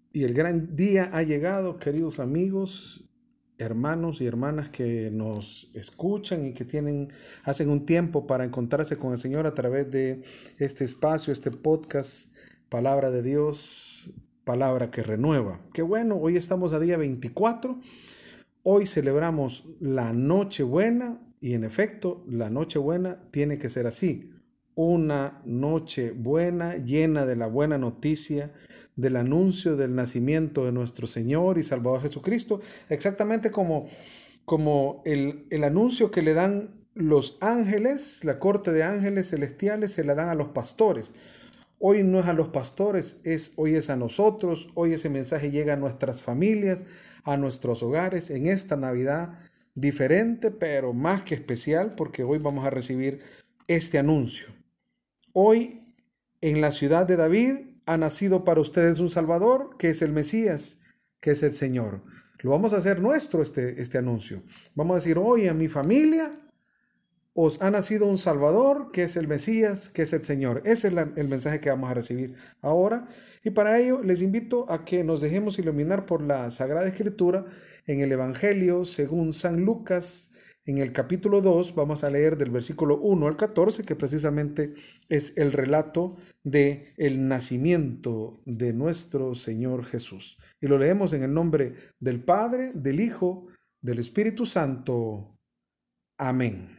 Y el gran día ha llegado, queridos amigos, hermanos y hermanas que nos escuchan y que hacen un tiempo para encontrarse con el Señor a través de este espacio, este podcast, Palabra de Dios, Palabra que renueva. Qué bueno, hoy estamos a día 24, hoy celebramos la Nochebuena y en efecto, la Nochebuena tiene que ser así. Una noche buena, llena de la buena noticia, del anuncio del nacimiento de nuestro Señor y Salvador Jesucristo, exactamente como el anuncio que le dan los ángeles, la corte de ángeles celestiales, se la dan a los pastores. Hoy no es a los pastores, hoy es a nosotros, hoy ese mensaje llega a nuestras familias, a nuestros hogares, en esta Navidad diferente, pero más que especial, porque hoy vamos a recibir este anuncio. Hoy en la ciudad de David ha nacido para ustedes un Salvador, que es el Mesías, que es el Señor. Lo vamos a hacer nuestro este anuncio. Vamos a decir, hoy a mi familia os ha nacido un Salvador, que es el Mesías, que es el Señor. Ese es el mensaje que vamos a recibir ahora. Y para ello les invito a que nos dejemos iluminar por la Sagrada Escritura en el Evangelio según San Lucas. En el capítulo 2 vamos a leer del versículo 1 al 14, que precisamente es el relato de el nacimiento de nuestro Señor Jesús. Y lo leemos en el nombre del Padre, del Hijo, del Espíritu Santo. Amén.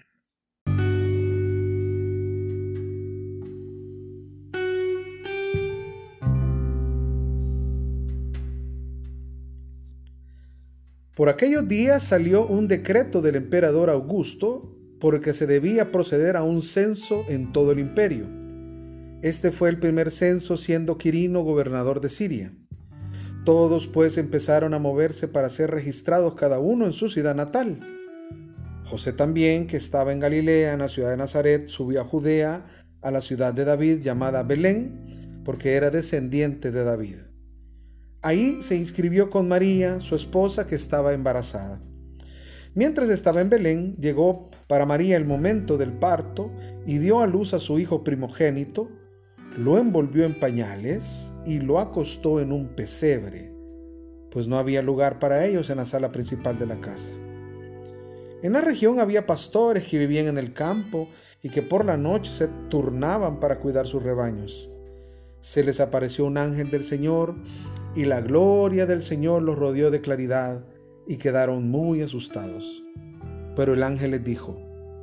Por aquellos días salió un decreto del emperador Augusto por el que se debía proceder a un censo en todo el imperio. Este fue el primer censo siendo Quirino gobernador de Siria. Todos pues empezaron a moverse para ser registrados cada uno en su ciudad natal. José también, que estaba en Galilea, en la ciudad de Nazaret, subió a Judea, a la ciudad de David llamada Belén, porque era descendiente de David. Ahí se inscribió con María, su esposa, que estaba embarazada. Mientras estaba en Belén, llegó para María el momento del parto y dio a luz a su hijo primogénito, lo envolvió en pañales y lo acostó en un pesebre, pues no había lugar para ellos en la sala principal de la casa. En la región había pastores que vivían en el campo y que por la noche se turnaban para cuidar sus rebaños. Se les apareció un ángel del Señor y la gloria del Señor los rodeó de claridad y quedaron muy asustados. Pero el ángel les dijo: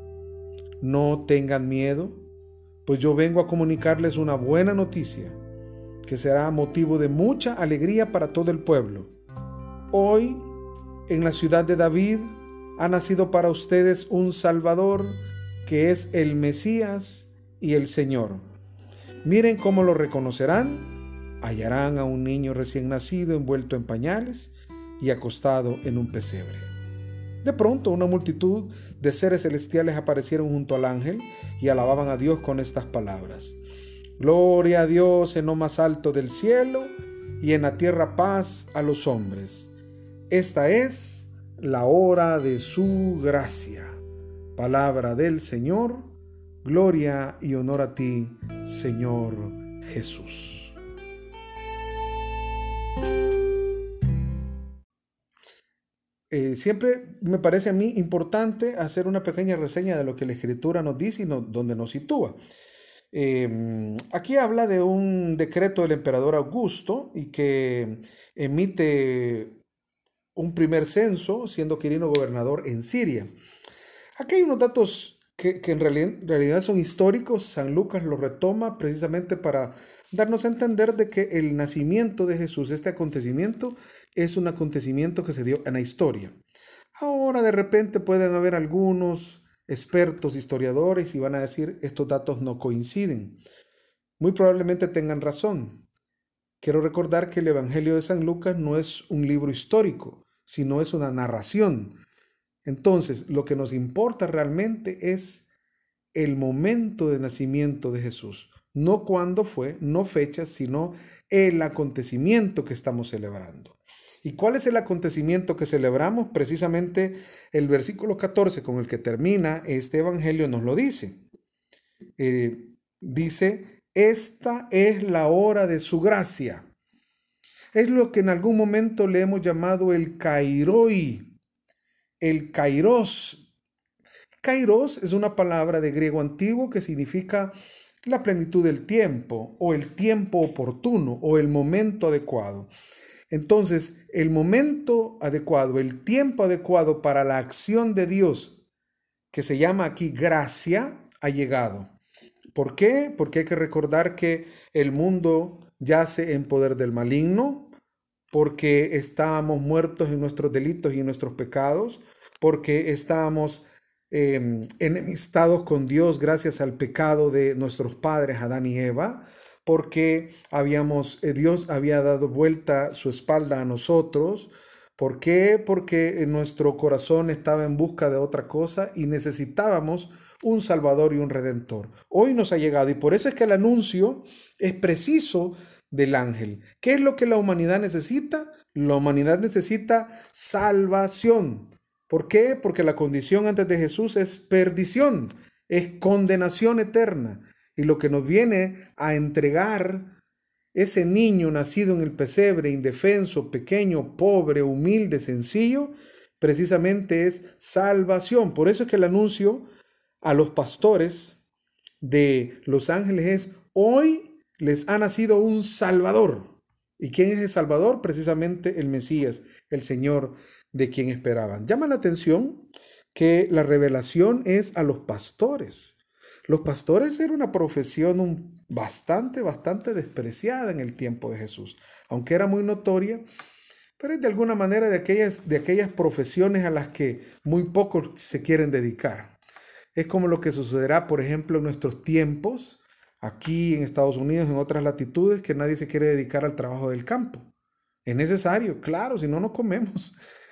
no tengan miedo, pues yo vengo a comunicarles una buena noticia, que será motivo de mucha alegría para todo el pueblo. Hoy, en la ciudad de David, ha nacido para ustedes un Salvador, que es el Mesías y el Señor. Miren cómo lo reconocerán. Hallarán a un niño recién nacido envuelto en pañales y acostado en un pesebre. De pronto una multitud de seres celestiales aparecieron junto al ángel y alababan a Dios con estas palabras: gloria a Dios en lo más alto del cielo y en la tierra paz a los hombres. Esta es la hora de su gracia. Palabra del Señor. Gloria y honor a ti, Señor Jesús. Siempre me parece a mí importante hacer una pequeña reseña de lo que la Escritura nos dice y donde nos sitúa. Aquí habla de un decreto del emperador Augusto y que emite un primer censo siendo Quirino gobernador en Siria. Aquí hay unos datos que en realidad son históricos. San Lucas los retoma precisamente para darnos a entender de que el nacimiento de Jesús, este acontecimiento, es un acontecimiento que se dio en la historia. Ahora de repente pueden haber algunos expertos historiadores y van a decir estos datos no coinciden. Muy probablemente tengan razón. Quiero recordar que el Evangelio de San Lucas no es un libro histórico, sino es una narración. Entonces, lo que nos importa realmente es el momento de nacimiento de Jesús. No cuándo fue, no fechas, sino el acontecimiento que estamos celebrando. ¿Y cuál es el acontecimiento que celebramos? Precisamente el versículo 14 con el que termina este evangelio nos lo dice. Dice, esta es la hora de su gracia. Es lo que en algún momento le hemos llamado el kairoi, el kairos. Kairos es una palabra de griego antiguo que significa la plenitud del tiempo o el tiempo oportuno o el momento adecuado. Entonces, el momento adecuado, el tiempo adecuado para la acción de Dios, que se llama aquí gracia, ha llegado. ¿Por qué? Porque hay que recordar que el mundo yace en poder del maligno, porque estábamos muertos en nuestros delitos y en nuestros pecados, porque estábamos enemistados con Dios gracias al pecado de nuestros padres Adán y Eva, porque Dios había dado vuelta su espalda a nosotros. ¿Por qué? Porque nuestro corazón estaba en busca de otra cosa y necesitábamos un Salvador y un Redentor. Hoy nos ha llegado y por eso es que el anuncio es preciso del ángel. ¿Qué es lo que la humanidad necesita? La humanidad necesita salvación. ¿Por qué? Porque la condición antes de Jesús es perdición, es condenación eterna. Y lo que nos viene a entregar ese niño nacido en el pesebre, indefenso, pequeño, pobre, humilde, sencillo, precisamente es salvación. Por eso es que el anuncio a los pastores de los ángeles es: hoy les ha nacido un Salvador. ¿Y quién es el Salvador? Precisamente el Mesías, el Señor de quien esperaban. Llama la atención que la revelación es a los pastores. Los pastores era una profesión bastante despreciada en el tiempo de Jesús, aunque era muy notoria, pero es de alguna manera de aquellas profesiones a las que muy pocos se quieren dedicar. Es como lo que sucederá, por ejemplo, en nuestros tiempos, aquí en Estados Unidos, en otras latitudes, que nadie se quiere dedicar al trabajo del campo. Es necesario, claro, si no, no comemos.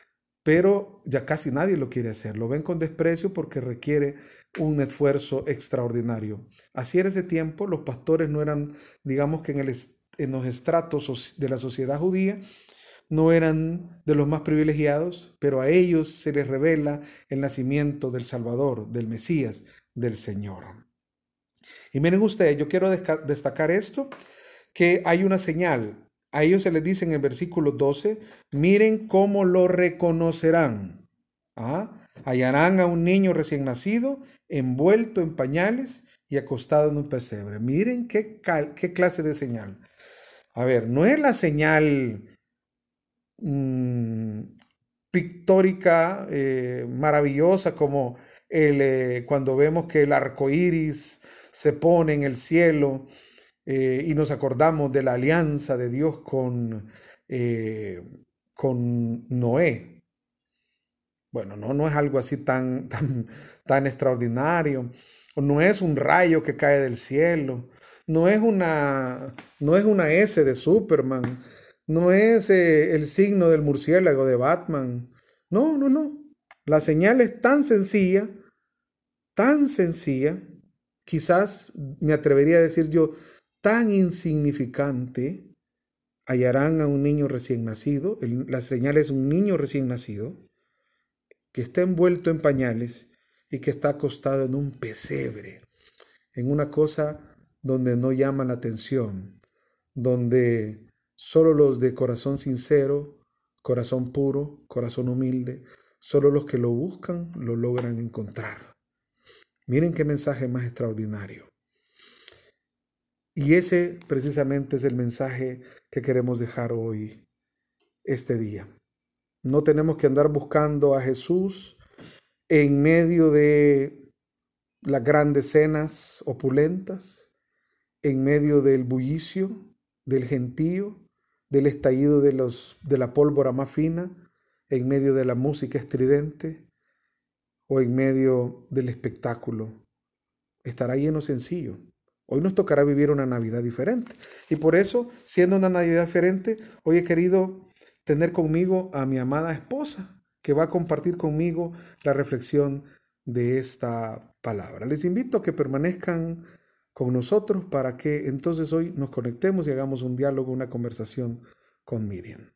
Pero ya casi nadie lo quiere hacer. Lo ven con desprecio porque requiere un esfuerzo extraordinario. Así era ese tiempo. Los pastores no eran, digamos que en los estratos de la sociedad judía, no eran de los más privilegiados, pero a ellos se les revela el nacimiento del Salvador, del Mesías, del Señor. Y miren ustedes, yo quiero destacar esto, que hay una señal. A ellos se les dice en el versículo 12, miren cómo lo reconocerán. Hallarán a un niño recién nacido, envuelto en pañales y acostado en un pesebre. Miren qué clase de señal. A ver, no es la señal pictórica, maravillosa, como cuando vemos que el arco iris se pone en el cielo y nos acordamos de la alianza de Dios con Noé. Bueno, no es algo así tan extraordinario. No es un rayo que cae del cielo. No es una S de Superman. No es el signo del murciélago de Batman. No. La señal es tan sencilla, quizás me atrevería a decir yo, tan insignificante. Hallarán a un niño recién nacido. La señal es un niño recién nacido que está envuelto en pañales y que está acostado en un pesebre, en una cosa donde no llama la atención, donde solo los de corazón sincero, corazón puro, corazón humilde, solo los que lo buscan lo logran encontrar. Miren qué mensaje más extraordinario. Y ese precisamente es el mensaje que queremos dejar hoy, este día. No tenemos que andar buscando a Jesús en medio de las grandes cenas opulentas, en medio del bullicio, del gentío, del estallido de la pólvora más fina, en medio de la música estridente o en medio del espectáculo. Estará lleno sencillo. Hoy nos tocará vivir una Navidad diferente. Y por eso, siendo una Navidad diferente, hoy he querido tener conmigo a mi amada esposa, que va a compartir conmigo la reflexión de esta palabra. Les invito a que permanezcan con nosotros para que entonces hoy nos conectemos y hagamos un diálogo, una conversación con Miriam.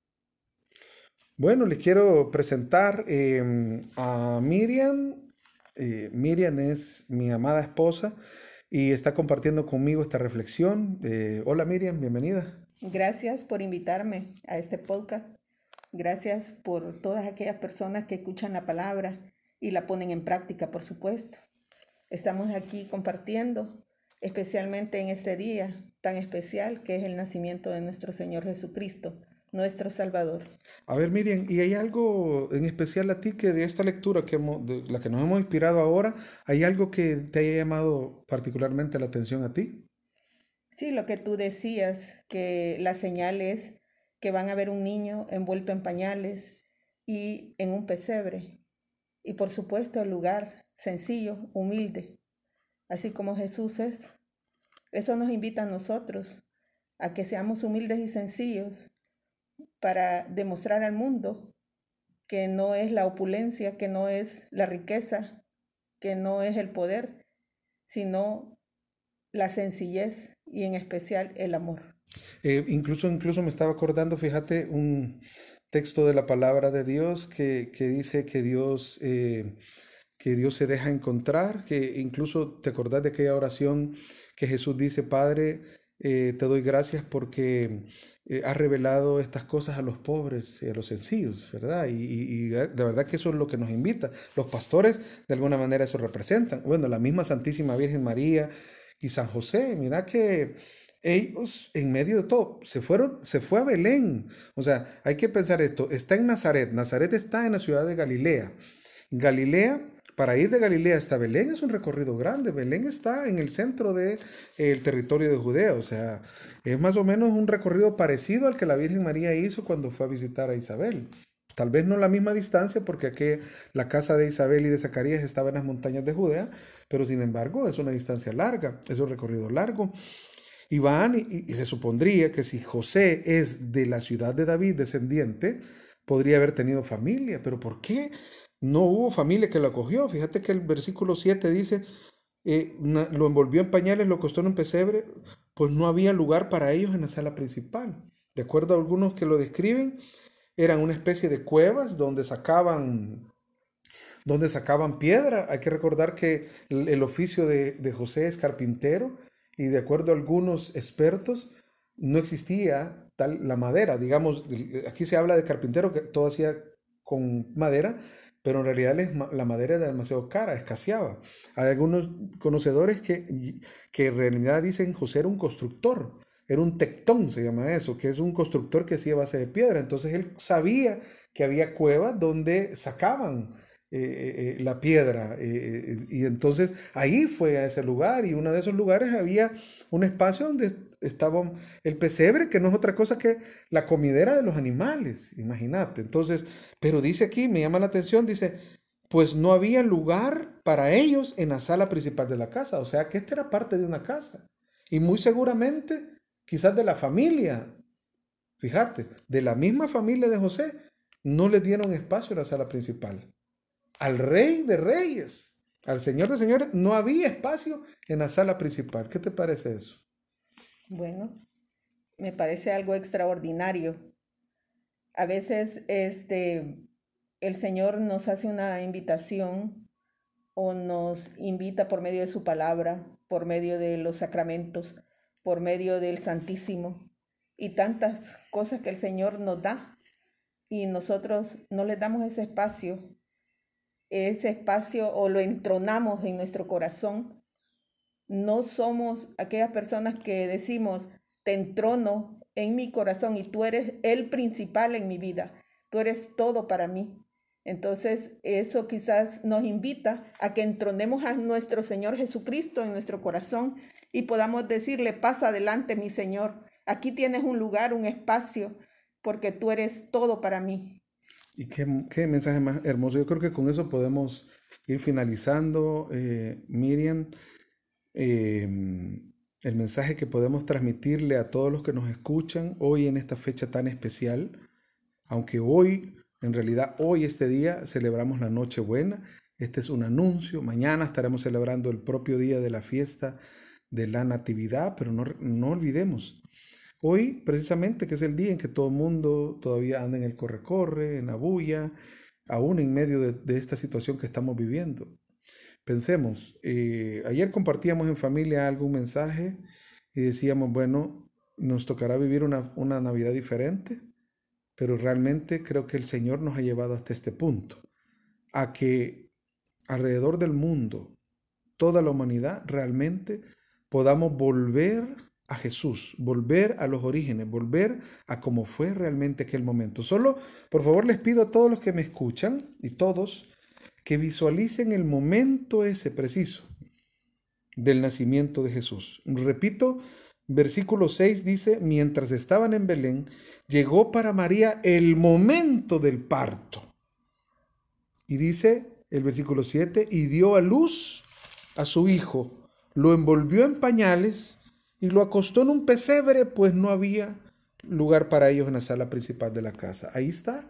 Bueno, les quiero presentar a Miriam. Miriam es mi amada esposa y está compartiendo conmigo esta reflexión. Hola Miriam, bienvenida. Gracias por invitarme a este podcast. Gracias por todas aquellas personas que escuchan la palabra y la ponen en práctica, por supuesto. Estamos aquí compartiendo, especialmente en este día tan especial que es el nacimiento de nuestro Señor Jesucristo, nuestro Salvador. A ver Miriam, ¿y hay algo en especial a ti que de esta lectura de la que nos hemos inspirado ahora, hay algo que te haya llamado particularmente la atención a ti? Sí, lo que tú decías, que la señal es que van a ver un niño envuelto en pañales y en un pesebre. Y por supuesto el lugar sencillo, humilde, así como Jesús es. Eso nos invita a nosotros a que seamos humildes y sencillos para demostrar al mundo que no es la opulencia, que no es la riqueza, que no es el poder, sino la sencillez y en especial el amor. Incluso me estaba acordando, fíjate, un texto de la palabra de Dios que dice que Dios se deja encontrar, que incluso te acordás de aquella oración que Jesús dice, Padre, te doy gracias porque has revelado estas cosas a los pobres y a los sencillos, ¿verdad? Y de verdad que eso es lo que nos invita. Los pastores de alguna manera eso representan. Bueno, la misma Santísima Virgen María y San José, mira que ellos en medio de todo se fue a Belén. O sea, hay que pensar esto, está en Nazaret, Nazaret está en la ciudad de Galilea. Galilea, para ir de Galilea hasta Belén es un recorrido grande. Belén está en el centro del territorio de Judea, o sea, es más o menos un recorrido parecido al que la Virgen María hizo cuando fue a visitar a Isabel. Tal vez no la misma distancia porque aquí la casa de Isabel y de Zacarías estaba en las montañas de Judea, pero sin embargo es una distancia larga, es un recorrido largo. Y van y se supondría que si José es de la ciudad de David, descendiente, podría haber tenido familia. Pero ¿por qué no hubo familia que lo acogió? Fíjate que el versículo 7 dice, lo envolvió en pañales, lo acostó en un pesebre, pues no había lugar para ellos en la sala principal. De acuerdo a algunos que lo describen, eran una especie de cuevas donde sacaban piedra. Hay que recordar que el oficio de José es carpintero y de acuerdo a algunos expertos no existía tal la madera. Digamos, aquí se habla de carpintero que todo hacía con madera, pero en realidad la madera era demasiado cara, escaseaba. Hay algunos conocedores que en realidad dicen José era un constructor. Era un tectón, se llama eso, que es un constructor que hacía base de piedra. Entonces él sabía que había cuevas donde sacaban la piedra. Y entonces ahí fue a ese lugar y uno de esos lugares había un espacio donde estaba el pesebre, que no es otra cosa que la comidera de los animales, imagínate. Entonces, pero dice aquí, me llama la atención, dice, pues no había lugar para ellos en la sala principal de la casa. O sea que esta era parte de una casa. Y muy seguramente, quizás de la familia, fíjate, de la misma familia de José, no le dieron espacio en la sala principal. Al rey de reyes, al señor de señores, no había espacio en la sala principal. ¿Qué te parece eso? Bueno, me parece algo extraordinario. A veces el Señor nos hace una invitación o nos invita por medio de su palabra, por medio de los sacramentos, por medio del Santísimo y tantas cosas que el Señor nos da y nosotros no le damos ese espacio o lo entronamos en nuestro corazón. No somos aquellas personas que decimos, te entrono en mi corazón y tú eres el principal en mi vida, tú eres todo para mí. Entonces, eso quizás nos invita a que entronemos a nuestro Señor Jesucristo en nuestro corazón y podamos decirle, pasa adelante, mi Señor. Aquí tienes un lugar, un espacio, porque tú eres todo para mí. Y qué mensaje más hermoso. Yo creo que con eso podemos ir finalizando, Miriam. El mensaje que podemos transmitirle a todos los que nos escuchan hoy en esta fecha tan especial, aunque hoy, en realidad hoy este día celebramos la Nochebuena, este es un anuncio, mañana estaremos celebrando el propio día de la fiesta de la Natividad, pero no olvidemos, hoy precisamente que es el día en que todo el mundo todavía anda en el corre-corre, en la bulla, aún en medio de esta situación que estamos viviendo. Pensemos, ayer compartíamos en familia algún mensaje y decíamos, bueno, nos tocará vivir una Navidad diferente, pero realmente creo que el Señor nos ha llevado hasta este punto, a que alrededor del mundo, toda la humanidad, realmente podamos volver a Jesús, volver a los orígenes, volver a cómo fue realmente aquel momento. Solo, por favor, les pido a todos los que me escuchan y todos que visualicen el momento ese preciso del nacimiento de Jesús. Repito, versículo 6 dice, mientras estaban en Belén, llegó para María el momento del parto. Y dice el versículo 7, y dio a luz a su hijo, lo envolvió en pañales y lo acostó en un pesebre, pues no había lugar para ellos en la sala principal de la casa. Ahí está.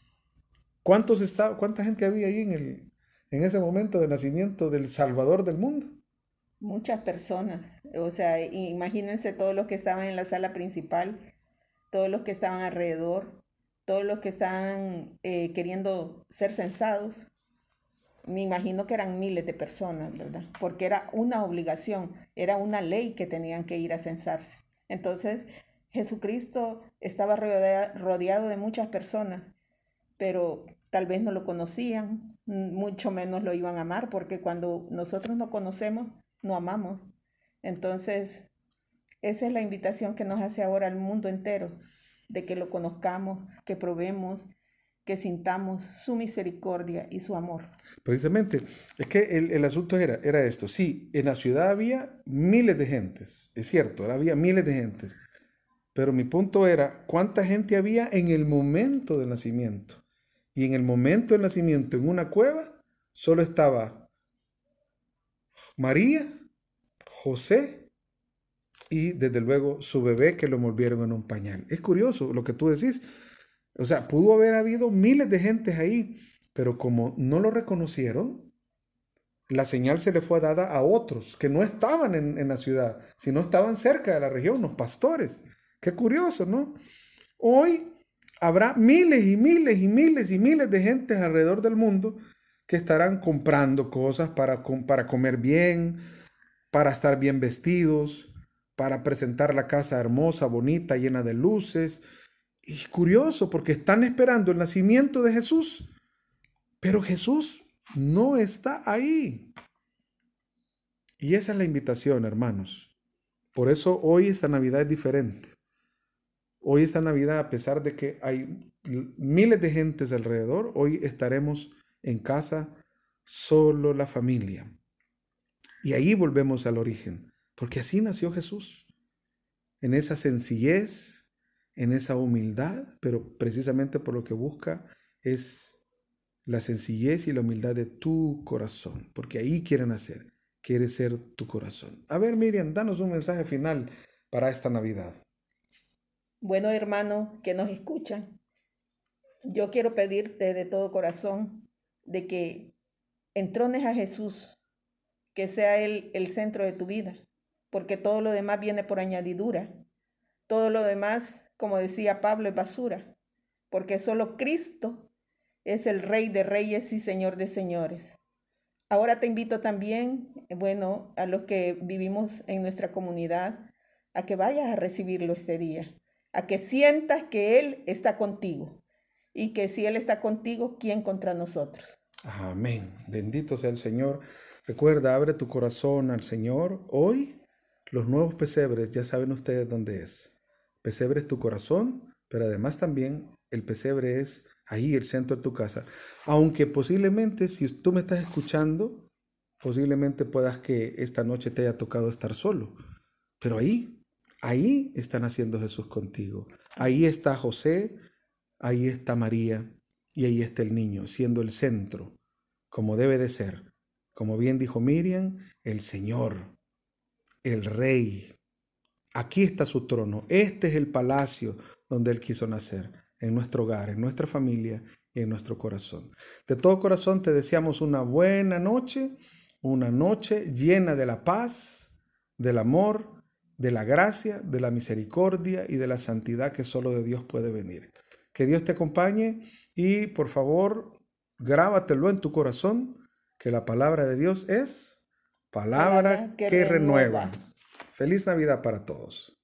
¿Cuánta gente había ahí en ese momento de nacimiento del Salvador del mundo? Muchas personas, o sea, imagínense todos los que estaban en la sala principal, todos los que estaban alrededor, todos los que estaban queriendo ser censados. Me imagino que eran miles de personas, ¿verdad? Porque era una obligación, era una ley que tenían que ir a censarse. Entonces, Jesucristo estaba rodeado de muchas personas, pero tal vez no lo conocían, mucho menos lo iban a amar, porque cuando nosotros no conocemos, no amamos. Entonces, esa es la invitación que nos hace ahora al mundo entero, de que lo conozcamos, que probemos, que sintamos su misericordia y su amor. Precisamente, es que el asunto era esto. Sí, en la ciudad había miles de gentes, es cierto, había miles de gentes, pero mi punto era cuánta gente había en el momento del nacimiento. Y en el momento del nacimiento, en una cueva, solo estaba María, José y desde luego su bebé que lo envolvieron en un pañal. Es curioso lo que tú decís. O sea, pudo haber habido miles de gentes ahí, pero como no lo reconocieron, la señal se le fue dada a otros que no estaban en la ciudad, sino estaban cerca de la región, los pastores. Qué curioso, ¿no? Hoy habrá miles y miles y miles y miles de gentes alrededor del mundo que estarán comprando cosas para comer bien, para estar bien vestidos, para presentar la casa hermosa, bonita, llena de luces. Y curioso, porque están esperando el nacimiento de Jesús, pero Jesús no está ahí. Y esa es la invitación, hermanos. Por eso hoy esta Navidad es diferente. Hoy esta Navidad, a pesar de que hay miles de gentes alrededor, hoy estaremos en casa solo la familia. Y ahí volvemos al origen, porque así nació Jesús, en esa sencillez, en esa humildad, pero precisamente por lo que busca es la sencillez y la humildad de tu corazón, porque ahí quiere nacer, quiere ser tu corazón. A ver, Miriam, danos un mensaje final para esta Navidad. Bueno, hermano, que nos escuchan, yo quiero pedirte de todo corazón de que entrones a Jesús, que sea Él el centro de tu vida, porque todo lo demás viene por añadidura. Todo lo demás, como decía Pablo, es basura, porque solo Cristo es el Rey de Reyes y Señor de Señores. Ahora te invito también, bueno, a los que vivimos en nuestra comunidad, a que vayas a recibirlo este día, a que sientas que Él está contigo y que si Él está contigo, ¿quién contra nosotros? Amén. Bendito sea el Señor. Recuerda, abre tu corazón al Señor. Hoy los nuevos pesebres, ya saben ustedes dónde es. Pesebre es tu corazón, pero además también el pesebre es ahí, el centro de tu casa. Aunque posiblemente, si tú me estás escuchando, posiblemente puedas que esta noche te haya tocado estar solo. Pero ahí está naciendo Jesús contigo. Ahí está José, ahí está María y ahí está el niño, siendo el centro, como debe de ser. Como bien dijo Miriam, el Señor, el Rey. Aquí está su trono. Este es el palacio donde Él quiso nacer, en nuestro hogar, en nuestra familia y en nuestro corazón. De todo corazón te deseamos una buena noche, una noche llena de la paz, del amor, de la gracia, de la misericordia y de la santidad que solo de Dios puede venir. Que Dios te acompañe y por favor grábatelo en tu corazón, que la palabra de Dios es palabra que renueva. Feliz Navidad para todos.